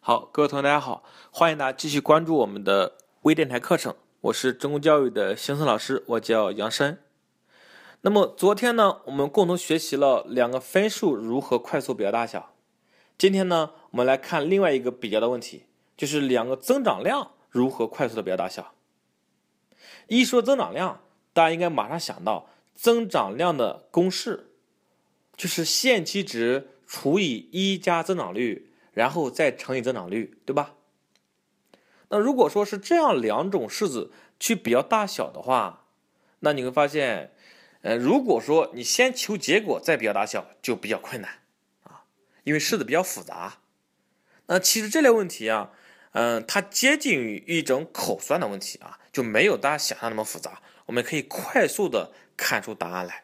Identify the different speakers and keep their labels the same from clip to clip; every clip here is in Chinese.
Speaker 1: 好，各位同学大家好，欢迎大家继续关注我们的微电台课程，我是中公教育的邢森老师，我叫杨山。那么昨天呢，我们共同学习了两个分数如何快速比较大小。今天呢，我们来看另外一个比较的问题，就是两个增长量如何快速的比较大小。一说增长量，大家应该马上想到增长量的公式，就是限期值除以1加增长率，然后再乘以增长率，对吧？那如果说是这样两种式子去比较大小的话，那你会发现，如果说你先求结果再比较大小，就比较困难啊，因为式子比较复杂。那其实这类问题啊，它接近于一种口算的问题啊，就没有大家想象那么复杂，我们可以快速的看出答案来。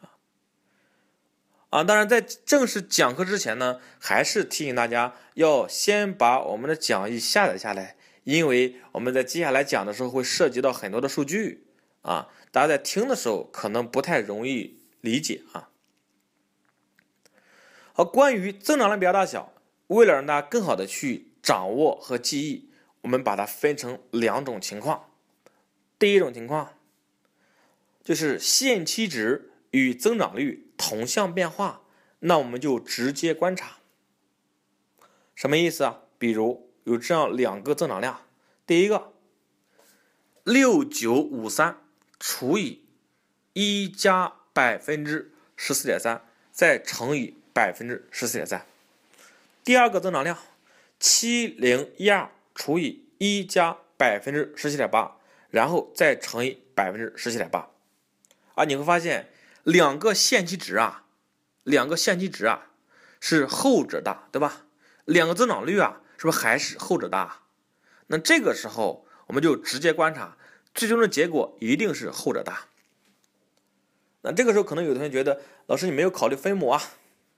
Speaker 1: 当然在正式讲课之前呢，还是提醒大家要先把我们的讲义下载下来，因为我们在接下来讲的时候会涉及到很多的数据啊，大家在听的时候可能不太容易理解啊。好，关于增长量比较大小，为了让大家更好的去掌握和记忆，我们把它分成两种情况。第一种情况就是限期值与增长率同向变化，那我们就直接观察。什么意思啊？比如有这样两个增长量，第一个6953除以1加14.3%再乘以14.3%。第二个增长量7012除以1加17.8%，然后再乘以17.8%。你会发现两个限期值啊是后者大，对吧？两个增长率啊，是不是还是后者大？那这个时候我们就直接观察，最终的结果一定是后者大。那这个时候可能有同学觉得，老师你没有考虑分母啊。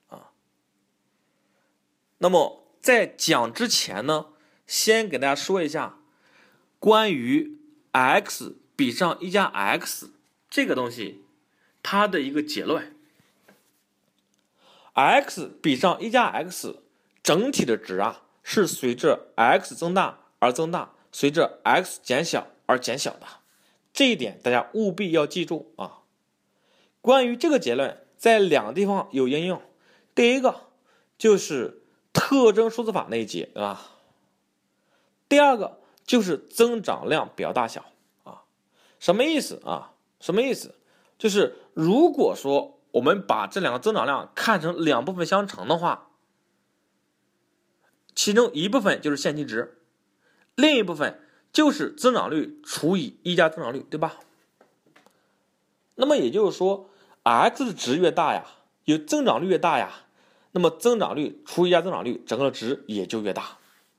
Speaker 1: 那么在讲之前呢，先给大家说一下关于 x 比上1加 x 这个东西它的一个结论。x 比上1加 x 整体的值啊，是随着 x 增大而增大，随着 x 减小而减小的，这一点大家务必要记住啊。关于这个结论，在两个地方有应用。第一个就是特征数字法那一节，对吧？第二个就是增长量比较大小啊。什么意思啊？就是如果说我们把这两个增长量看成两部分相乘的话，其中一部分就是限期值，另一部分就是增长率除以1加增长率，对吧？那么也就是说 x 的值越大呀，有增长率越大呀，那么增长率除以1加增长率，整个值也就越大。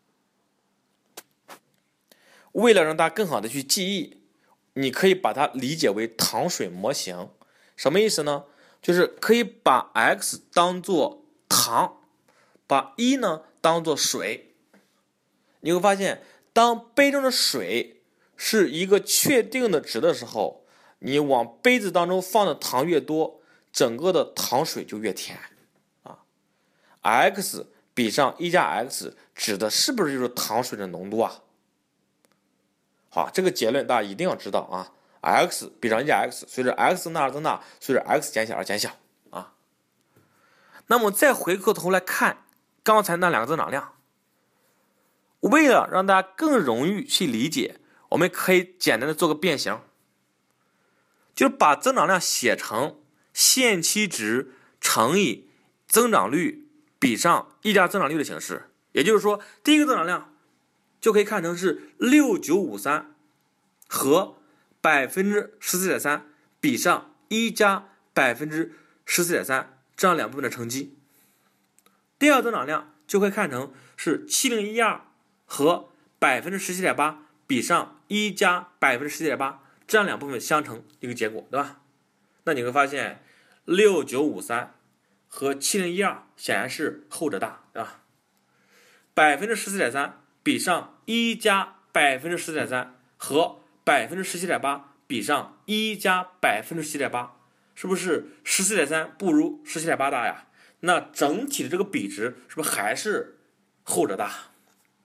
Speaker 1: 为了让大家更好的去记忆，你可以把它理解为糖水模型。什么意思呢？就是可以把 x 当作糖，把1呢当作水。你会发现，当杯中的水是一个确定的值的时候，你往杯子当中放的糖越多，整个的糖水就越甜啊。x 比上1加 x 指的是不是就是糖水的浓度啊？好，这个结论大家一定要知道啊。x 比上1加 x， 随着 x 增大而增大，随着 x 减小而减小啊。那么再回过头来看刚才那两个增长量，为了让大家更容易去理解，我们可以简单的做个变形，就是把增长量写成限期值乘以增长率比上1加增长率的形式。也就是说，第一个增长量就可以看成是6953和14.3比上1加14.3这样两部分的乘积。第二个增长量就会看成是7012和17.8比上1加17.8这样两部分相乘一个结果，对吧？那你会发现6953和7012显然是后者大，对吧？14.3比上1加14.3和17.8比上1加17.8，是不是14.3不如17.8大呀？那整体的这个比值是不是还是后者大？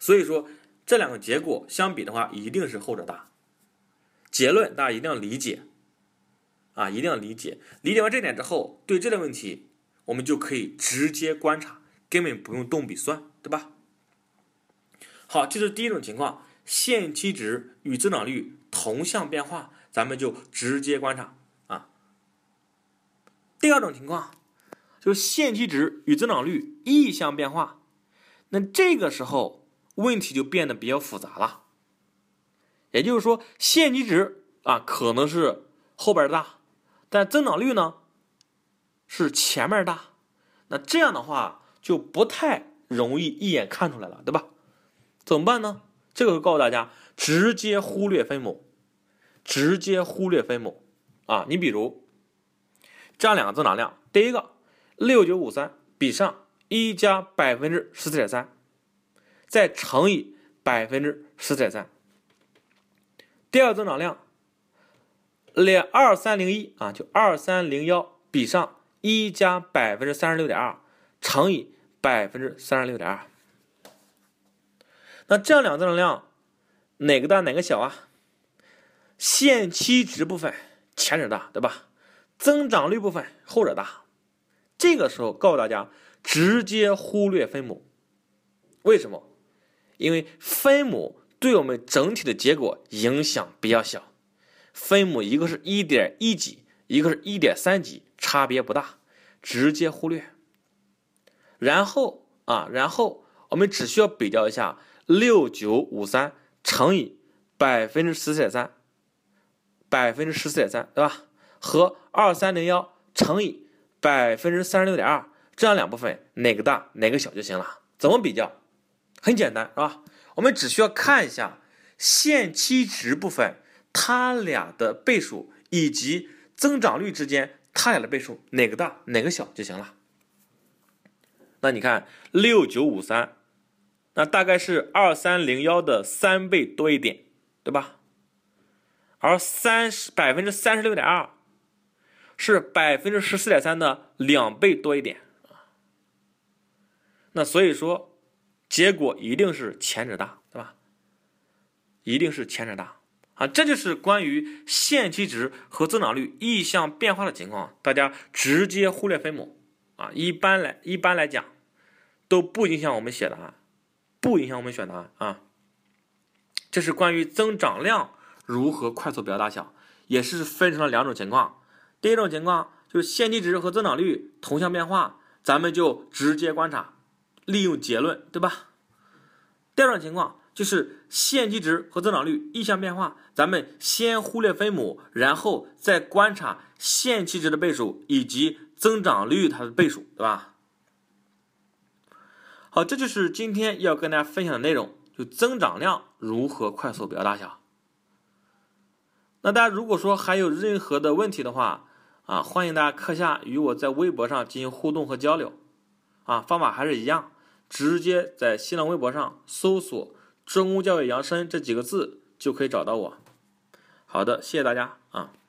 Speaker 1: 所以说这两个结果相比的话，一定是后者大。结论大家一定要理解啊，一定要理解。理解完这点之后，对这类问题我们就可以直接观察，根本不用动笔算，对吧？好，这是第一种情况，限期值与增长率同向变化，咱们就直接观察啊。第二种情况就是限期值与增长率异向变化，那这个时候问题就变得比较复杂了。也就是说，限期值啊可能是后边大，但增长率呢是前面大，那这样的话就不太容易一眼看出来了，对吧？怎么办呢？这个会告诉大家，直接忽略分母，直接忽略分母啊。你比如这样两个增长量，第一个6953比上1加 14.3%， 再乘以 14.3%。第二个增长量2301啊，就2301比上1加 36.2% 乘以 36.2%。那这样两个增长量哪个大哪个小啊？限期值部分前者大，对吧？增长率部分后者大。这个时候告诉大家，直接忽略分母。为什么？因为分母对我们整体的结果影响比较小。分母一个是 1.1 几，一个是 1.3 几，差别不大，直接忽略。然后我们只需要比较一下6953乘以 14.3%， 对吧？和2301乘以 36.2%， 这样两部分哪个大哪个小就行了。怎么比较？很简单，是吧？我们只需要看一下限期值部分它俩的倍数以及增长率之间它俩的倍数哪个大哪个小就行了。那你看6953，那大概是2301的3倍多一点，对吧？而 36.2% 是 14.3% 的2倍多一点。那所以说结果一定是前者大，对吧？一定是前者大啊！这就是关于限期值和增长率异向变化的情况，大家直接忽略分母啊！一般来讲都不影响我们写答案，不影响我们选答案啊！这是关于增长量如何快速表达大小，也是分成了两种情况。第一种情况就是限期值和增长率同向变化，咱们就直接观察，利用结论，对吧？第二种情况就是限期值和增长率异向变化，咱们先忽略分母，然后再观察限期值的倍数以及增长率它的倍数，对吧？好，这就是今天要跟大家分享的内容，就增长量如何快速表达大小。那大家如果说还有任何的问题的话啊，欢迎大家课下与我在微博上进行互动和交流啊，方法还是一样，直接在新浪微博上搜索中公教育扬声这几个字就可以找到我。好的，谢谢大家啊。